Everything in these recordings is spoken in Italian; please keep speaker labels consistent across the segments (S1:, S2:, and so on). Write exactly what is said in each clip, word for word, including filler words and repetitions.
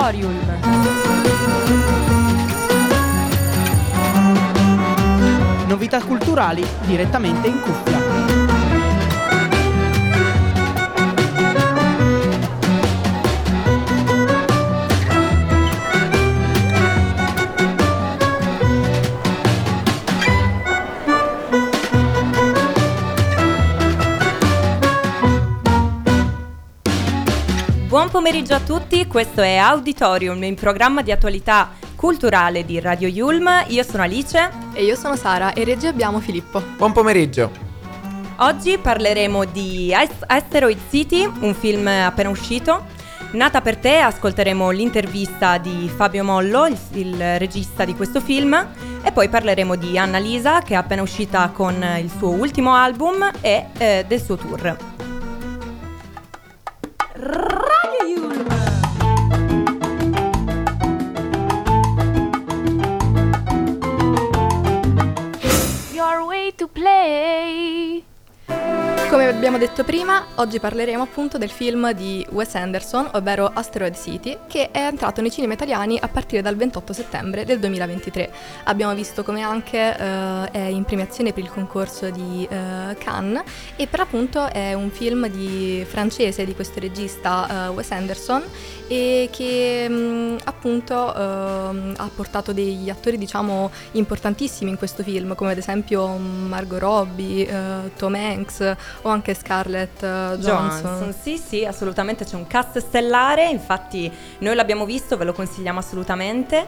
S1: Auditorium. Novità culturali direttamente in cuffia.
S2: Buon pomeriggio a tutti, questo è Auditorium, il programma di attualità culturale di Radio Yulm. Io sono Alice.
S3: E io sono Sara e regia abbiamo Filippo.
S4: Buon pomeriggio.
S2: Oggi parleremo di Asteroid City, un film appena uscito. Nata per te, ascolteremo l'intervista di Fabio Mollo, il, il regista di questo film, e poi parleremo di Annalisa, che è appena uscita con il suo ultimo album e eh, del suo tour. Radio Yulm.
S3: Your way to play. Come abbiamo detto prima, oggi parleremo appunto del film di Wes Anderson, ovvero Asteroid City, che è entrato nei cinema italiani a partire dal ventotto settembre del duemilaventitré. Abbiamo visto come anche uh, è in premiazione per il concorso di uh, Cannes, e per appunto è un film di francese di questo regista uh, Wes Anderson, e che um, appunto uh, ha portato degli attori, diciamo, importantissimi in questo film, come ad esempio Margot Robbie, uh, Tom Hanks o anche Scarlett uh, Johansson.
S2: Johansson. Sì, sì, assolutamente, c'è un cast stellare, infatti noi l'abbiamo visto, ve lo consigliamo assolutamente,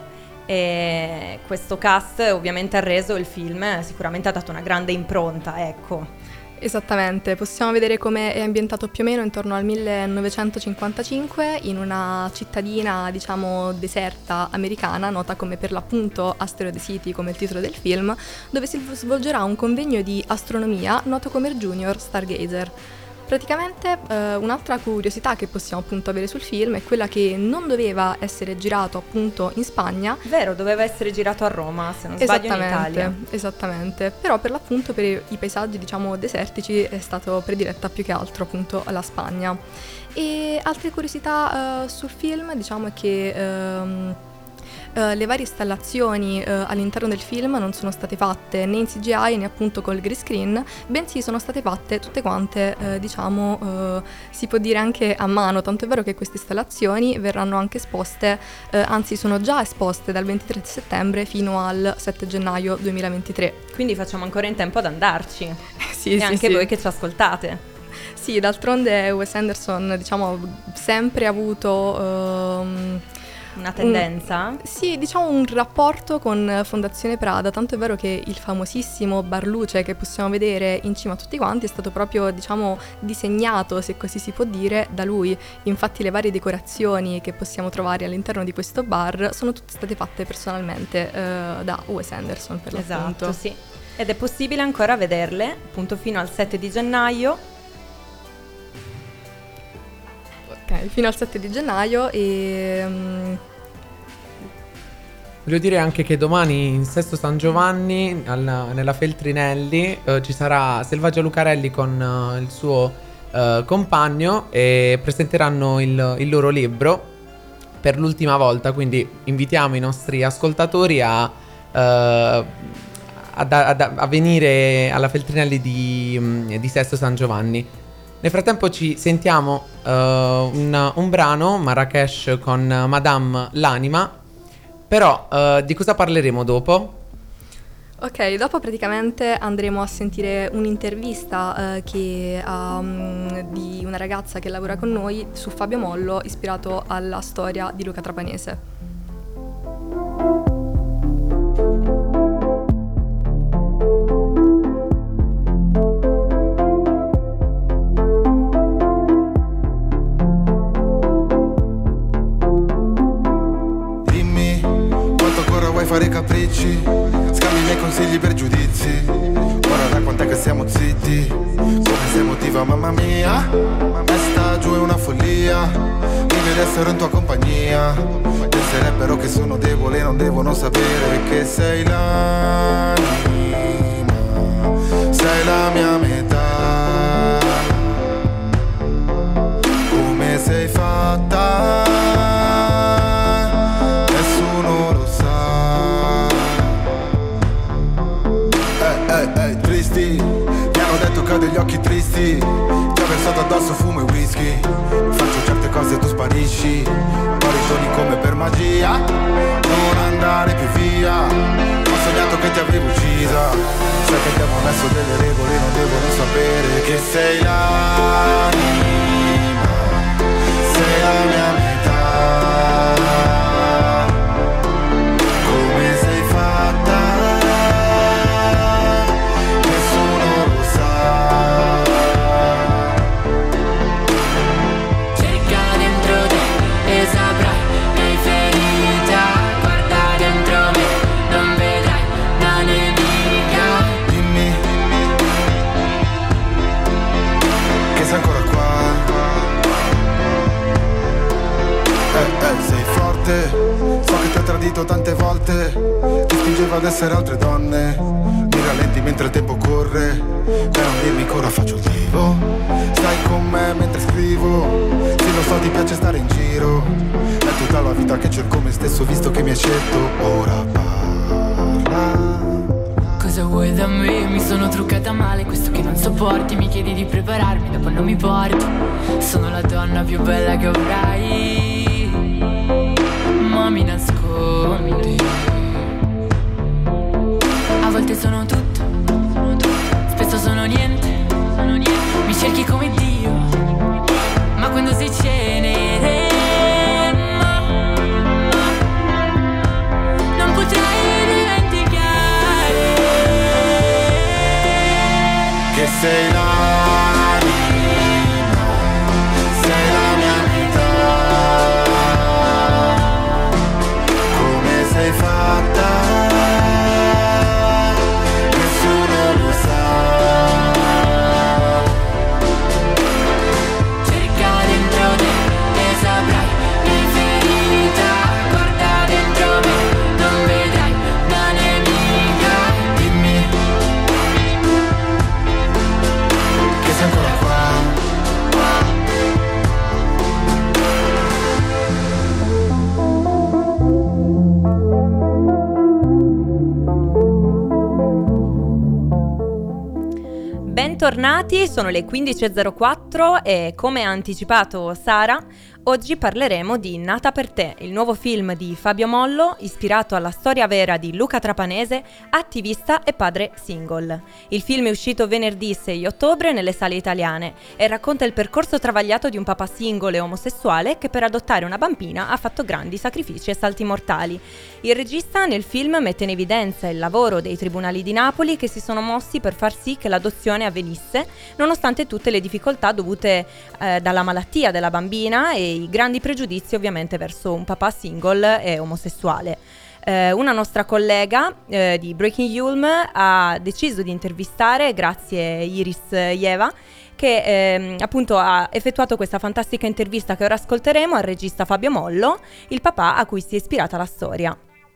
S2: e questo cast ovviamente ha reso il film, sicuramente ha dato una grande impronta, ecco.
S3: Esattamente, possiamo vedere come è ambientato più o meno intorno al millenovecentocinquantacinque in una cittadina, diciamo, deserta americana, nota come per l'appunto Asteroid City, come il titolo del film, dove si svolgerà un convegno di astronomia noto come Junior Stargazer. Praticamente eh, un'altra curiosità che possiamo appunto avere sul film è quella che non doveva essere girato appunto in Spagna.
S2: Vero, doveva essere girato a Roma, se non sbaglio, in Italia.
S3: Esattamente, però per l'appunto per i paesaggi, diciamo, desertici è stato prediletta più che altro appunto la Spagna. E altre curiosità uh, sul film, diciamo, è che um, Uh, le varie installazioni uh, all'interno del film non sono state fatte né in C G I né appunto col green screen, bensì sono state fatte tutte quante, uh, diciamo, uh, si può dire anche a mano, tanto è vero che queste installazioni verranno anche esposte, uh, anzi sono già esposte dal ventitré settembre fino al sette gennaio duemilaventitré.
S2: Quindi facciamo ancora in tempo ad andarci.
S3: Sì,
S2: e
S3: sì,
S2: anche
S3: sì.
S2: Voi che ci ascoltate.
S3: Sì, d'altronde Wes Anderson, diciamo, sempre avuto um,
S2: una tendenza?
S3: Un, sì, diciamo un rapporto con Fondazione Prada, tanto è vero che il famosissimo bar luce che possiamo vedere in cima a tutti quanti è stato proprio, diciamo, disegnato, se così si può dire, da lui. Infatti le varie decorazioni che possiamo trovare all'interno di questo bar sono tutte state fatte personalmente eh, da Wes Anderson, per l'appunto.
S2: Esatto, sì. Ed è possibile ancora vederle, appunto, fino al sette di gennaio.
S3: Ok, fino al sette di gennaio e... Um...
S4: Voglio dire anche che domani in Sesto San Giovanni, alla, nella Feltrinelli, eh, ci sarà Selvaggia Lucarelli con uh, il suo uh, compagno, e presenteranno il, il loro libro per l'ultima volta, quindi invitiamo i nostri ascoltatori a, uh, a, a, a venire alla Feltrinelli di, um, di Sesto San Giovanni. Nel frattempo ci sentiamo uh, un, un brano, Marrakesh con Madame l'Anima, però uh, di cosa parleremo dopo?
S3: Ok, dopo praticamente andremo a sentire un'intervista uh, che, um, di una ragazza che lavora con noi su Fabio Mollo, ispirato alla storia di Luca Trapanese.
S5: Fare capricci, scambi i miei consigli per giudizi. Ora da quant'è che siamo zitti? Come sei emotiva, mamma mia? Testa giù è una follia, vive di essere in tua compagnia. Penserebbero che sono debole e non devono sapere che sei l'anima, sei la mia metà. Come sei fatta? bocca degli occhi tristi, ti ho versato addosso fumo e whisky. Faccio certe cose e tu sparisci, poi ritorni come per magia. Non andare più via, ho sognato che ti avevo uccisa. Sai che abbiamo messo delle regole, non devono sapere che sei l'anima, sei la mia metà. Come sei fatta, nessuno lo sa.
S6: Cerca dentro te e saprai che hai ferita. Guarda dentro me, non vedrai una nemica.
S5: Dimmi, che sei ancora qua. Eh, eh, sei forte, so che ti ho tradito tante volte. Ti spingeva ad essere altre donne. Mi rallenti mentre il tempo corre, per non dirmi che ora faccio il vivo. Stai con me mentre scrivo, sì lo so ti piace stare in giro. È tutta la vita che cerco me stesso, visto che mi hai scelto. Ora parla.
S6: Cosa vuoi da me? Mi sono truccata male, questo che non sopporti. Mi chiedi di prepararmi, dopo non mi porti. Sono la donna più bella che avrai, ma mi nascondi. A volte sono tutto, spesso sono niente. Mi cerchi come Dio, ma quando sei cenere non potrai dimenticare
S5: che sei l'anima, sei la mia metà. Come sei fatta, nessuno lo sa.
S6: Cerca dentro te e saprai che hai ferita. Guarda dentro me, non vedrai una nemica.
S5: Dimmi che sei ancora qua.
S2: Bentornati, sono le quindici e zero quattro e come ha anticipato Sara, oggi parleremo di Nata per te, il nuovo film di Fabio Mollo ispirato alla storia vera di Luca Trapanese, attivista e padre single. Il film è uscito venerdì sei ottobre nelle sale italiane e racconta il percorso travagliato di un papà single e omosessuale che per adottare una bambina ha fatto grandi sacrifici e salti mortali. Il regista nel film mette in evidenza il lavoro dei tribunali di Napoli che si sono mossi per far sì che l'adozione avvenisse, nonostante tutte le difficoltà dovute eh, dalla malattia della bambina e i grandi pregiudizi ovviamente verso un papà single e omosessuale. Eh, una nostra collega eh, di Breaking Yulm ha deciso di intervistare, grazie Iris Ieva, che eh, appunto ha effettuato questa fantastica intervista che ora ascolteremo al regista Fabio Mollo, il papà a cui si è ispirata la storia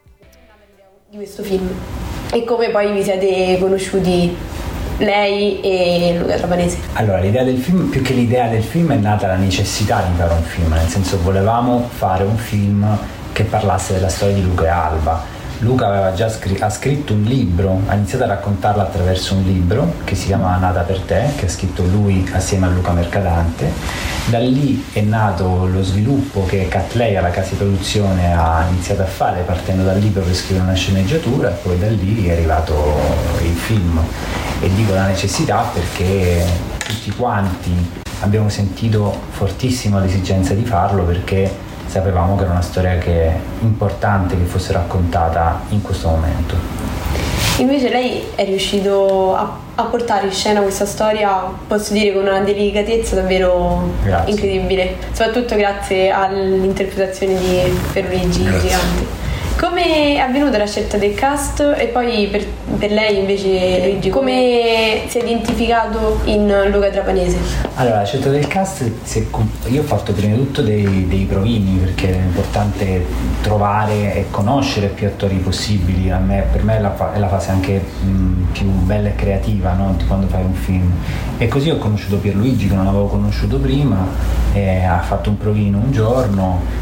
S7: di questo film e come poi vi siete conosciuti lei e Luca Trapanese.
S8: Allora, l'idea del film, più che l'idea del film, è nata la necessità di fare un film, nel senso volevamo fare un film che parlasse della storia di Luca e Alba. Luca aveva già scr- ha scritto un libro, ha iniziato a raccontarla attraverso un libro che si chiama Nata per te, che ha scritto lui assieme a Luca Mercadante. Da lì è nato lo sviluppo che Catleya, la casa di produzione, ha iniziato a fare, partendo dal libro per scrivere una sceneggiatura, e poi da lì è arrivato il film. E dico la necessità perché tutti quanti abbiamo sentito fortissimo l'esigenza di farlo, perché sapevamo che era una storia che è importante che fosse raccontata in questo momento.
S7: Invece lei è riuscito a, a portare in scena questa storia, posso dire, con una delicatezza davvero
S8: Grazie.
S7: incredibile, soprattutto grazie all'interpretazione di Pierluigi Gigante. Come è avvenuta la scelta del cast e poi per, per lei invece Luigi, come si è identificato in Luca Trapanese?
S8: Allora, la scelta del cast, si è, io ho fatto prima di tutto dei, dei provini, perché è importante trovare e conoscere più attori possibili. A me, per me è la, è la fase anche mh, più bella e creativa, no? Di quando fai un film. E così ho conosciuto Pierluigi, che non avevo conosciuto prima, e ha fatto un provino un giorno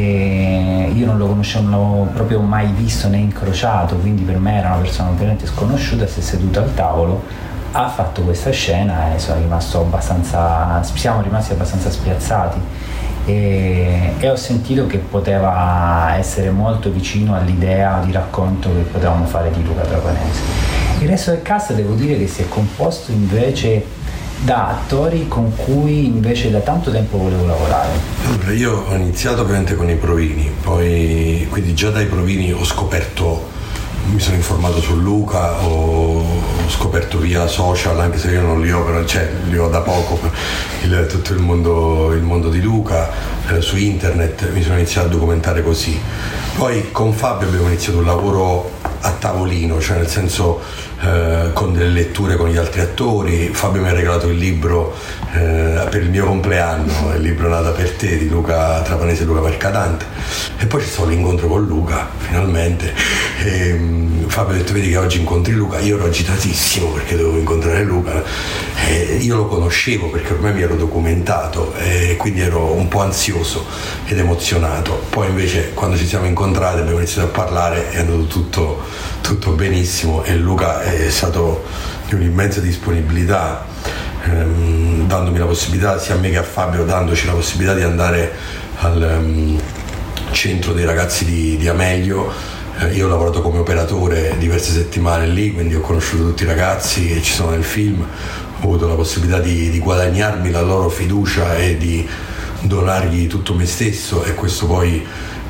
S8: e io non lo conoscevo, non l'avevo proprio mai visto né incrociato, quindi per me era una persona completamente sconosciuta. Si è seduta al tavolo, ha fatto questa scena e sono rimasto abbastanza, siamo rimasti abbastanza spiazzati e, e ho sentito che poteva essere molto vicino all'idea di racconto che potevamo fare di Luca Trapanese. Il resto del cast devo dire che si è composto invece da attori con cui invece da tanto tempo volevo lavorare.
S9: Allora, io ho iniziato ovviamente con i provini, poi quindi già dai provini ho scoperto, mi sono informato su Luca, ho scoperto via social, anche se io non li ho, però, cioè li ho da poco, il, tutto il mondo, il mondo di Luca, eh, su internet, mi sono iniziato a documentare così. Poi con Fabio abbiamo iniziato un lavoro a tavolino, cioè nel senso eh, con delle letture con gli altri attori. Fabio mi ha regalato il libro eh, per il mio compleanno, il libro Nata per te di Luca Trapanese e Luca Mercadante, e poi c'è stato l'incontro con Luca finalmente e, um, Fabio ha detto vedi che oggi incontri Luca. Io ero agitatissimo perché dovevo incontrare Luca, e io lo conoscevo perché ormai mi ero documentato e quindi ero un po' ansioso ed emozionato. Poi invece quando ci siamo incontrati abbiamo iniziato a parlare, è andato tutto tutto benissimo e Luca è stato di un'immensa disponibilità, ehm, dandomi la possibilità sia a me che a Fabio, dandoci la possibilità di andare al um, centro dei ragazzi di, di Amelio. Eh, io ho lavorato come operatore diverse settimane lì, quindi ho conosciuto tutti i ragazzi che ci sono nel film, ho avuto la possibilità di, di guadagnarmi la loro fiducia e di donargli tutto me stesso, e questo poi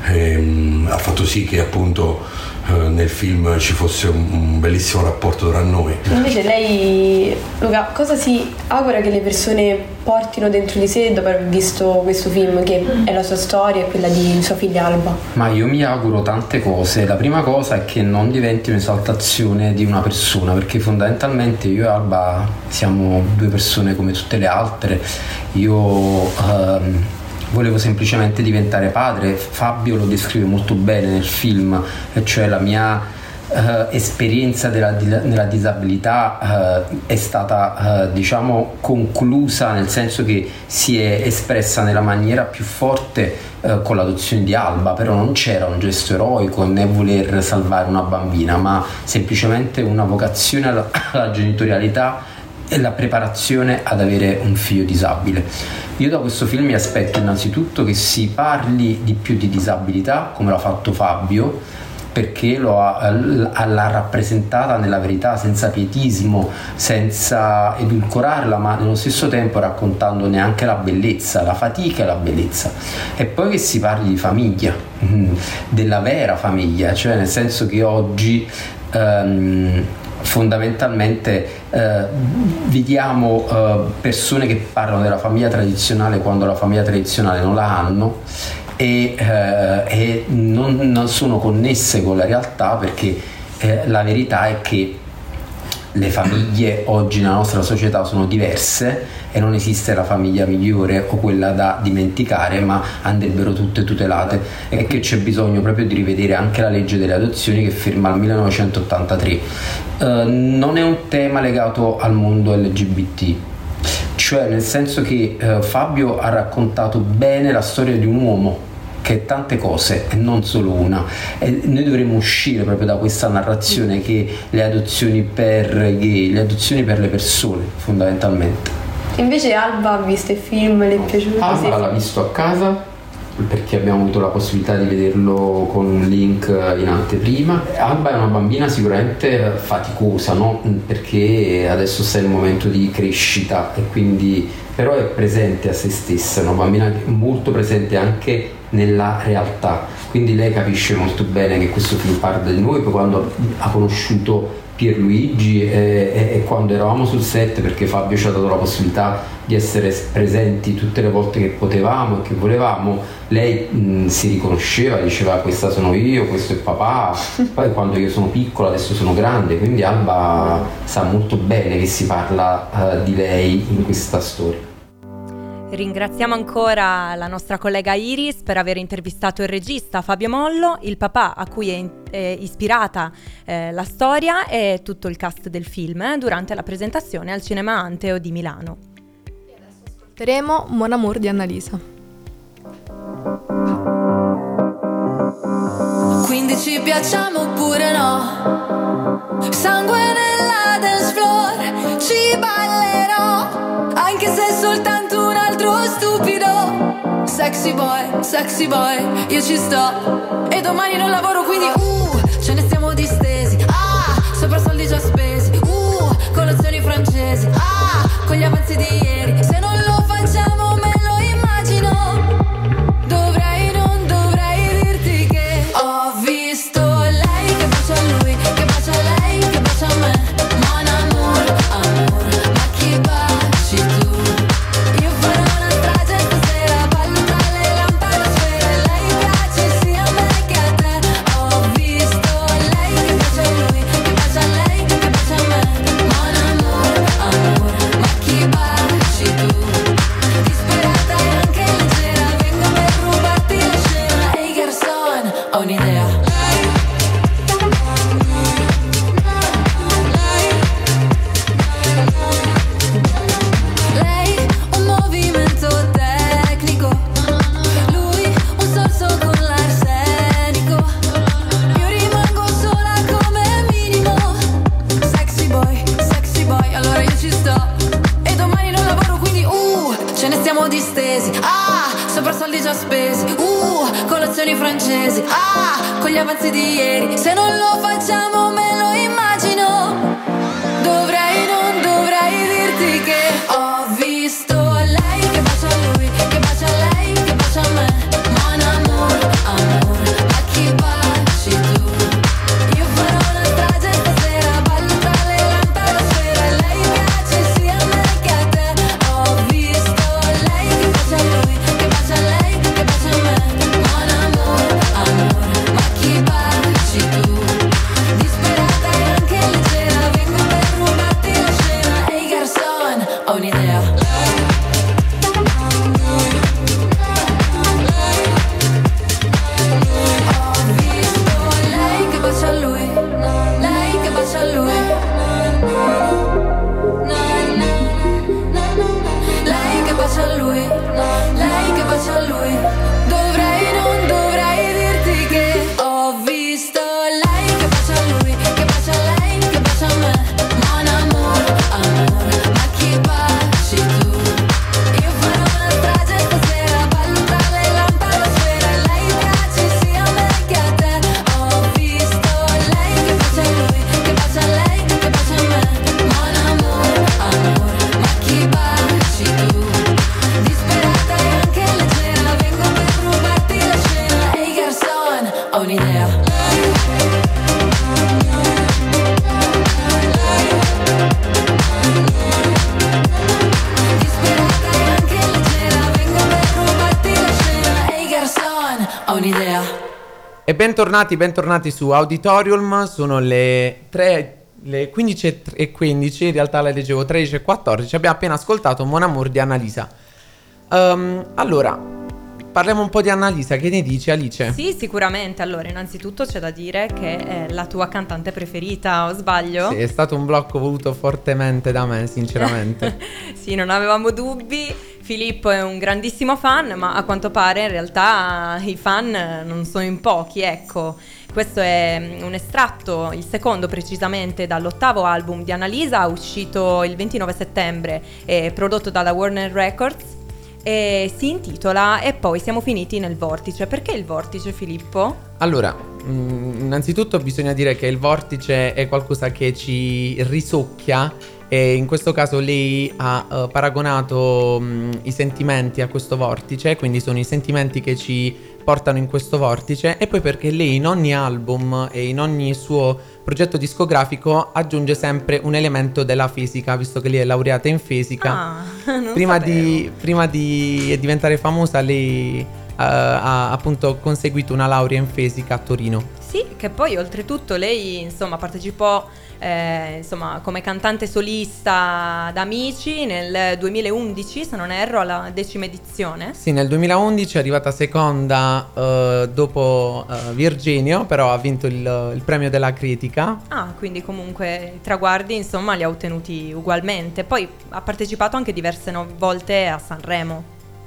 S9: ehm, ha fatto sì che appunto nel film ci fosse un, un bellissimo rapporto tra noi.
S7: Invece lei, Luca, cosa si augura che le persone portino dentro di sé dopo aver visto questo film, che è la sua storia e quella di sua figlia Alba?
S10: Ma io mi auguro tante cose. La prima cosa è che non diventi un'esaltazione di una persona, perché fondamentalmente io e Alba siamo due persone come tutte le altre. Io ehm, volevo semplicemente diventare padre. Fabio lo descrive molto bene nel film, e cioè la mia uh, esperienza della, della disabilità uh, è stata uh, diciamo conclusa, nel senso che si è espressa nella maniera più forte uh, con l'adozione di Alba. Però non c'era un gesto eroico né voler salvare una bambina, ma semplicemente una vocazione alla, alla genitorialità e la preparazione ad avere un figlio disabile. Io da questo film mi aspetto innanzitutto che si parli di più di disabilità, come l'ha fatto Fabio, perché lo ha, l'ha rappresentata nella verità, senza pietismo, senza edulcorarla, ma nello stesso tempo raccontandone anche la bellezza, la fatica e la bellezza. E poi che si parli di famiglia, della vera famiglia, cioè nel senso che oggi um, fondamentalmente eh, vediamo eh, persone che parlano della famiglia tradizionale quando la famiglia tradizionale non la hanno e, eh, e non, non sono connesse con la realtà, perché eh, la verità è che le famiglie oggi nella nostra società sono diverse e non esiste la famiglia migliore o quella da dimenticare, ma andrebbero tutte tutelate, e che c'è bisogno proprio di rivedere anche la legge delle adozioni che firma il millenovecentottantatré. Uh, non è un tema legato al mondo L G B T, cioè nel senso che uh, Fabio ha raccontato bene la storia di un uomo che è tante cose e non solo una, e noi dovremmo uscire proprio da questa narrazione che le adozioni per gay, le adozioni per le persone fondamentalmente.
S7: Invece Alba ha visto il film, le è piaciuto?
S10: Alba l'ha visto a casa perché abbiamo avuto la possibilità di vederlo con un link in anteprima. Alba è una bambina sicuramente faticosa, no? Perché adesso sta in un momento di crescita e quindi però è presente a se stessa, è una bambina molto presente anche nella realtà, quindi lei capisce molto bene che questo film parla di noi. Poi quando ha conosciuto Pierluigi e, e, e quando eravamo sul set, perché Fabio ci ha dato la possibilità di essere presenti tutte le volte che potevamo e che volevamo, lei mh, si riconosceva, diceva questa sono io, questo è papà, poi quando io sono piccola adesso sono grande, quindi Alba sa molto bene che si parla uh, di lei in questa storia.
S2: Ringraziamo ancora la nostra collega Iris per aver intervistato il regista Fabio Mollo, il papà a cui è, in, è ispirata eh, la storia, e tutto il cast del film eh, durante la presentazione al Cinema Anteo di Milano.
S3: E adesso ascolteremo Mon Amour di Annalisa.
S11: quindici
S6: ci piacciamo oppure no. Sangue nella dance floor, ci ballerò, anche se è soltanto un altro stupido. Sexy boy, sexy boy, io ci sto. E domani non lavoro quindi uh, ce ne stiamo distesi. Ah, sopra soldi già spesi. Uh, colazioni francesi. Ah, con gli avanzi di ieri. Se non lo facciamo me lo immagino. Dovrei, non dovrei dirti che ho visto lei che bacia a lui, che bacia a lei, che bacia a me. Mon amour, amour, ma chi baci tu? Io farò una strage stasera, ballo tra le lampadosfere. Lei piace sia a me che a te. Ho visto lei che bacia a lui, che bacia a lei, che bacia a me. Mon amour, amour, ma chi baci tu? Disperata e anche leggera, vengo per rubarti la scena. Ehi garçon, ho un'idea. Lei un movimento tecnico, lui un sorso con l'arsenico. Io rimango sola come minimo. Sexy boy, sexy boy, allora io ci sto. E domani non lavoro quindi uh, ce ne stiamo distesi. Ah, sopra soldi già spesi. Uh, colazioni francesi. Ah, con gli avanzi di ieri. Se non lo facciamo me lo immagino. Dovrei, non dovrei dirti che ho visto lei che bacia a lui, che bacia a lei, che bacia a me. Mon amour, amour, ma chi baci tu? Io farò una strage stasera, ballo tra le lampadosfere. Lei piace sia a me che a te. Ho visto lei che bacia a lui, che bacia a lei, che bacia a me. Mon amour, amour, ma chi baci tu? Disperata e anche leggera, vengo per rubarti la scena. Ehi garçon, ho un'idea. Ho visto lei che bacia a lui, lei che bacia a lui. Lei che bacia a lui, lei che bacia a lui. Dovrei, non dovrei dirti che ho visto lei che bacia a lui, che bacia a lei, che bacia a me. Mon amour, amour, ma chi baci tu? Io farò una strage stasera, ballo tra le lampadosfere. Lei piace sia a me che a te. Ho visto lei che bacia a lui, che bacia a lei, che bacia a me. Mon amour, amour, ma chi baci tu? Disperata e anche leggera, vengo per rubarti la scena. Ehi garçon, ho un'idea. Disperata e anche leggera, vengo per rubarti la scena. Ehi garçon, ho un'idea.
S4: E bentornati, bentornati su Auditorium. Sono le tre, le quindici e quindici, in realtà le leggevo tredici e quattordici. Abbiamo appena ascoltato Mon Amour di Annalisa. Ehm, allora, parliamo un po' di Annalisa. Che ne dici, Alice?
S2: Sì, sicuramente. Allora, innanzitutto c'è da dire che è la tua cantante preferita, o sbaglio?
S4: Sì, è stato un blocco voluto fortemente da me, sinceramente.
S2: Sì, non avevamo dubbi. Filippo è un grandissimo fan, ma a quanto pare in realtà i fan non sono in pochi, ecco. Questo è un estratto, il secondo precisamente, dall'ottavo album di Annalisa, uscito il ventinove settembre, e prodotto dalla Warner Records, e si intitola E poi siamo finiti nel vortice. Perché il vortice, Filippo?
S4: Allora, mh, innanzitutto bisogna dire che il vortice è qualcosa che ci risucchia, e in questo caso lei ha uh, paragonato mh, i sentimenti a questo vortice, quindi sono i sentimenti che ci portano in questo vortice. E poi perché lei in ogni album e in ogni suo progetto discografico aggiunge sempre un elemento della fisica, visto che lei è laureata in fisica.
S2: Ah, non
S4: prima,
S2: sapevo.
S4: di, prima di diventare famosa lei uh, ha appunto conseguito una laurea in fisica a Torino.
S2: Sì, che poi oltretutto lei insomma partecipò eh, insomma come cantante solista ad Amici nel duemilaundici, se non erro, alla decima edizione.
S4: Sì, nel duemilaundici è arrivata seconda uh, dopo uh, Virginio, però ha vinto il, il premio della critica.
S2: Ah, quindi comunque i traguardi insomma li ha ottenuti ugualmente. Poi ha partecipato anche diverse no- volte a Sanremo.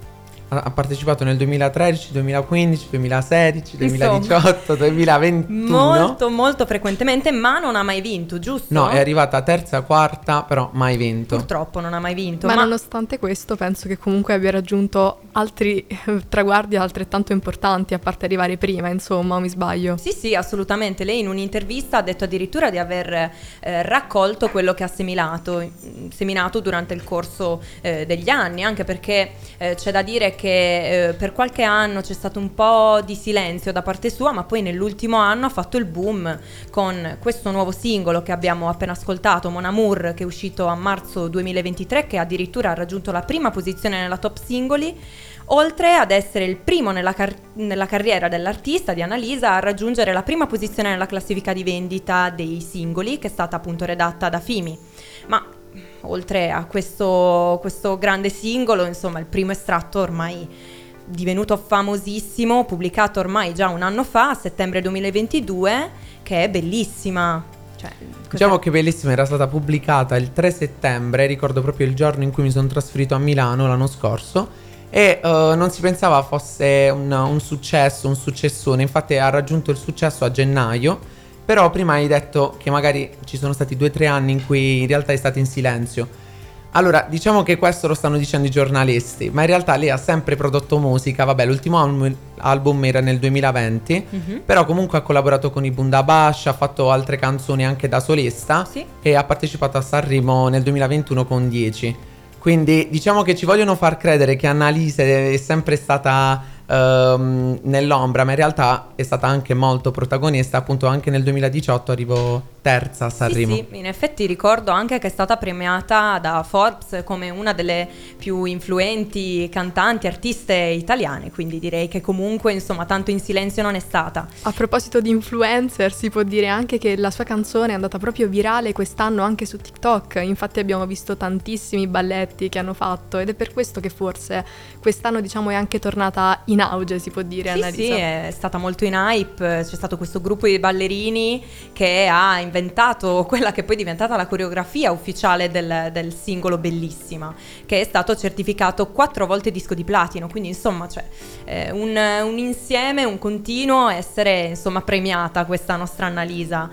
S4: ha partecipato nel duemilatredici, duemilaquindici, duemilasedici, duemiladiciotto, duemilaventuno.
S2: Molto molto frequentemente, ma non ha mai vinto, giusto?
S4: No, è arrivata terza, quarta, però mai vinto.
S2: Purtroppo non ha mai vinto.
S3: Ma,
S2: ma...
S3: nonostante questo penso che comunque abbia raggiunto altri traguardi altrettanto importanti, a parte arrivare prima, insomma, o mi sbaglio?
S2: Sì, sì, assolutamente. Lei in un'intervista ha detto addirittura di aver eh, raccolto quello che ha seminato, seminato durante il corso eh, degli anni, anche perché eh, c'è da dire che eh, per qualche anno c'è stato un po' di silenzio da parte sua, ma poi nell'ultimo anno ha fatto il boom con questo nuovo singolo che abbiamo appena ascoltato, Mon Amour, che è uscito a marzo duemilaventitré, che addirittura ha raggiunto la prima posizione nella top singoli, oltre ad essere il primo nella, car- nella carriera dell'artista di Annalisa a raggiungere la prima posizione nella classifica di vendita dei singoli, che è stata appunto redatta da Fimi. Ma oltre a questo, questo grande singolo, insomma, il primo estratto ormai divenuto famosissimo, pubblicato ormai già un anno fa, a settembre duemilaventidue, che è bellissima. Cioè,
S4: diciamo che Bellissima era stata pubblicata il tre settembre, ricordo proprio il giorno in cui mi sono trasferito a Milano l'anno scorso, e uh, non si pensava fosse un, un successo, un successone. Infatti ha raggiunto il successo a gennaio, però prima hai detto che magari ci sono stati due o tre anni in cui in realtà è stata in silenzio. Allora, diciamo che questo lo stanno dicendo i giornalisti, ma in realtà lei ha sempre prodotto musica. Vabbè, l'ultimo album, album era nel duemilaventi, mm-hmm. però comunque ha collaborato con i Bundabash, ha fatto altre canzoni anche da solista, sì. e ha partecipato a Sanremo nel duemilaventuno con dieci. Quindi diciamo che ci vogliono far credere che Annalisa è sempre stata um, nell'ombra, ma in realtà è stata anche molto protagonista. Appunto anche nel duemiladiciotto arrivò terza a Sanremo.
S2: Sì, sì, in effetti ricordo anche che è stata premiata da Forbes come una delle più influenti cantanti, artiste italiane, quindi direi che comunque insomma tanto in silenzio non è stata.
S3: A proposito di influencer, si può dire anche che la sua canzone è andata proprio virale quest'anno anche su TikTok, infatti abbiamo visto tantissimi balletti che hanno fatto, ed è per questo che forse quest'anno diciamo è anche tornata in auge, si può dire.
S2: Sì,
S3: Annalisa.
S2: Sì, è stata molto in hype, c'è stato questo gruppo di ballerini che ha inventato quella che poi è diventata la coreografia ufficiale del, del singolo Bellissima, che è stato certificato quattro volte disco di platino, quindi insomma cioè, eh, un, un insieme, un continuo essere insomma premiata questa nostra Annalisa.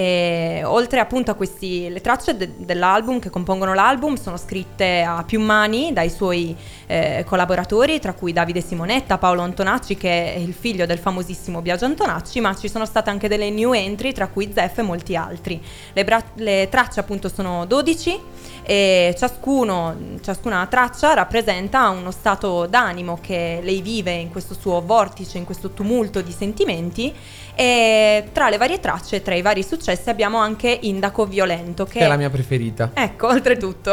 S2: E oltre appunto a questi, le tracce de- dell'album che compongono l'album sono scritte a più mani dai suoi eh, collaboratori, tra cui Davide Simonetta, Paolo Antonacci, che è il figlio del famosissimo Biagio Antonacci, ma ci sono state anche delle new entry, tra cui Zeff e molti altri. Le, bra- le tracce appunto sono dodici e ciascuno, ciascuna traccia rappresenta uno stato d'animo che lei vive in questo suo vortice, in questo tumulto di sentimenti. E tra le varie tracce, tra i vari successi, abbiamo anche Indaco Violento, che,
S4: che è la mia preferita.
S2: Ecco, oltretutto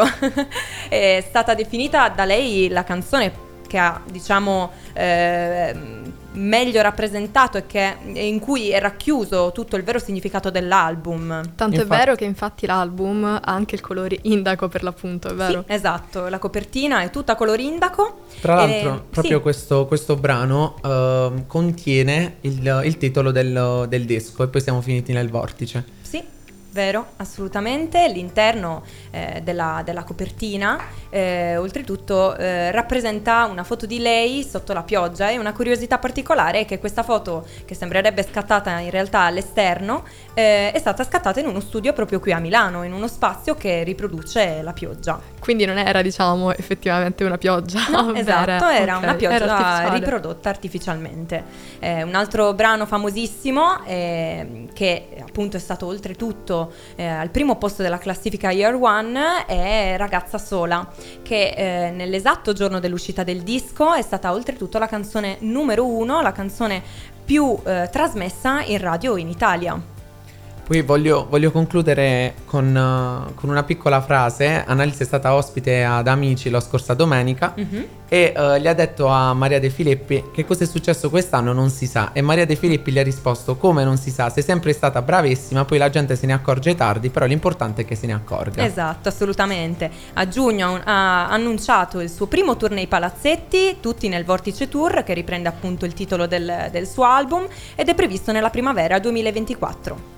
S2: è stata definita da lei la canzone che ha, diciamo, eh, meglio rappresentato e che, in cui è racchiuso tutto il vero significato dell'album.
S3: Tanto infatti, è vero che infatti l'album ha anche il colore indaco, per l'appunto, è vero?
S2: Sì, esatto, la copertina è tutta color indaco.
S4: Tra l'altro
S2: e,
S4: proprio
S2: sì.
S4: questo, questo brano uh, contiene il, il titolo del, del disco, e poi siamo finiti nel vortice.
S2: Sì, vero, assolutamente. L'interno eh, della, della copertina eh, oltretutto eh, rappresenta una foto di lei sotto la pioggia, e una curiosità particolare è che questa foto, che sembrerebbe scattata in realtà all'esterno, eh, è stata scattata in uno studio proprio qui a Milano, in uno spazio che riproduce la pioggia.
S3: Quindi non era, diciamo, effettivamente una pioggia
S2: no,
S3: vera.
S2: Esatto, era
S3: okay.
S2: una pioggia
S3: era
S2: riprodotta artificialmente. Eh, un altro brano famosissimo eh, che appunto è stato oltretutto eh, al primo posto della classifica Year One è Ragazza Sola, che eh, nell'esatto giorno dell'uscita del disco è stata oltretutto la canzone numero uno, la canzone più eh, trasmessa in radio in Italia.
S4: Poi voglio, voglio concludere con, uh, con una piccola frase. Annalisa è stata ospite ad Amici la scorsa domenica, mm-hmm. e uh, gli ha detto a Maria De Filippi che cosa è successo quest'anno non si sa, e Maria De Filippi gli ha risposto: come non si sa, sei sempre stata bravissima, poi la gente se ne accorge tardi, però l'importante è che se ne accorga.
S2: Esatto, assolutamente. A giugno ha annunciato il suo primo tour nei palazzetti, tutti nel Vortice Tour, che riprende appunto il titolo del, del suo album, ed è previsto nella primavera duemilaventiquattro.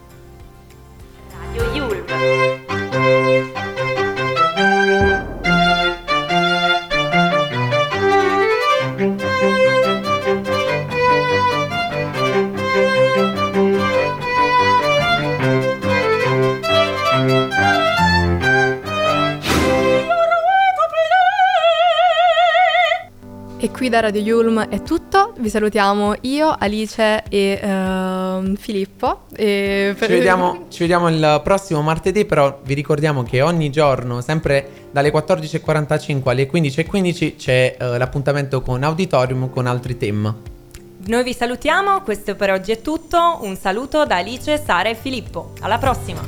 S2: Yulm.
S3: E qui da Radio Yulm è tutto, vi salutiamo io, Alice e uh, Filippo. E per...
S4: ci, vediamo, ci vediamo il prossimo martedì, però vi ricordiamo che ogni giorno, sempre dalle quattordici e quarantacinque alle quindici e quindici, c'è uh, l'appuntamento con Auditorium con altri tema.
S2: Noi vi salutiamo, questo per oggi è tutto, un saluto da Alice, Sara e Filippo, alla prossima!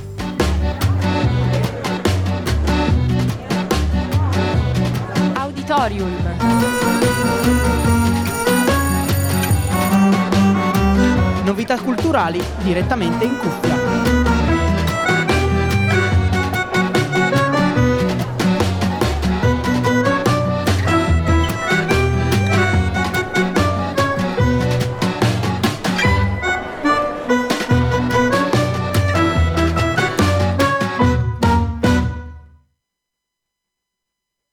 S1: Auditorium. Novità culturali direttamente in cuffia.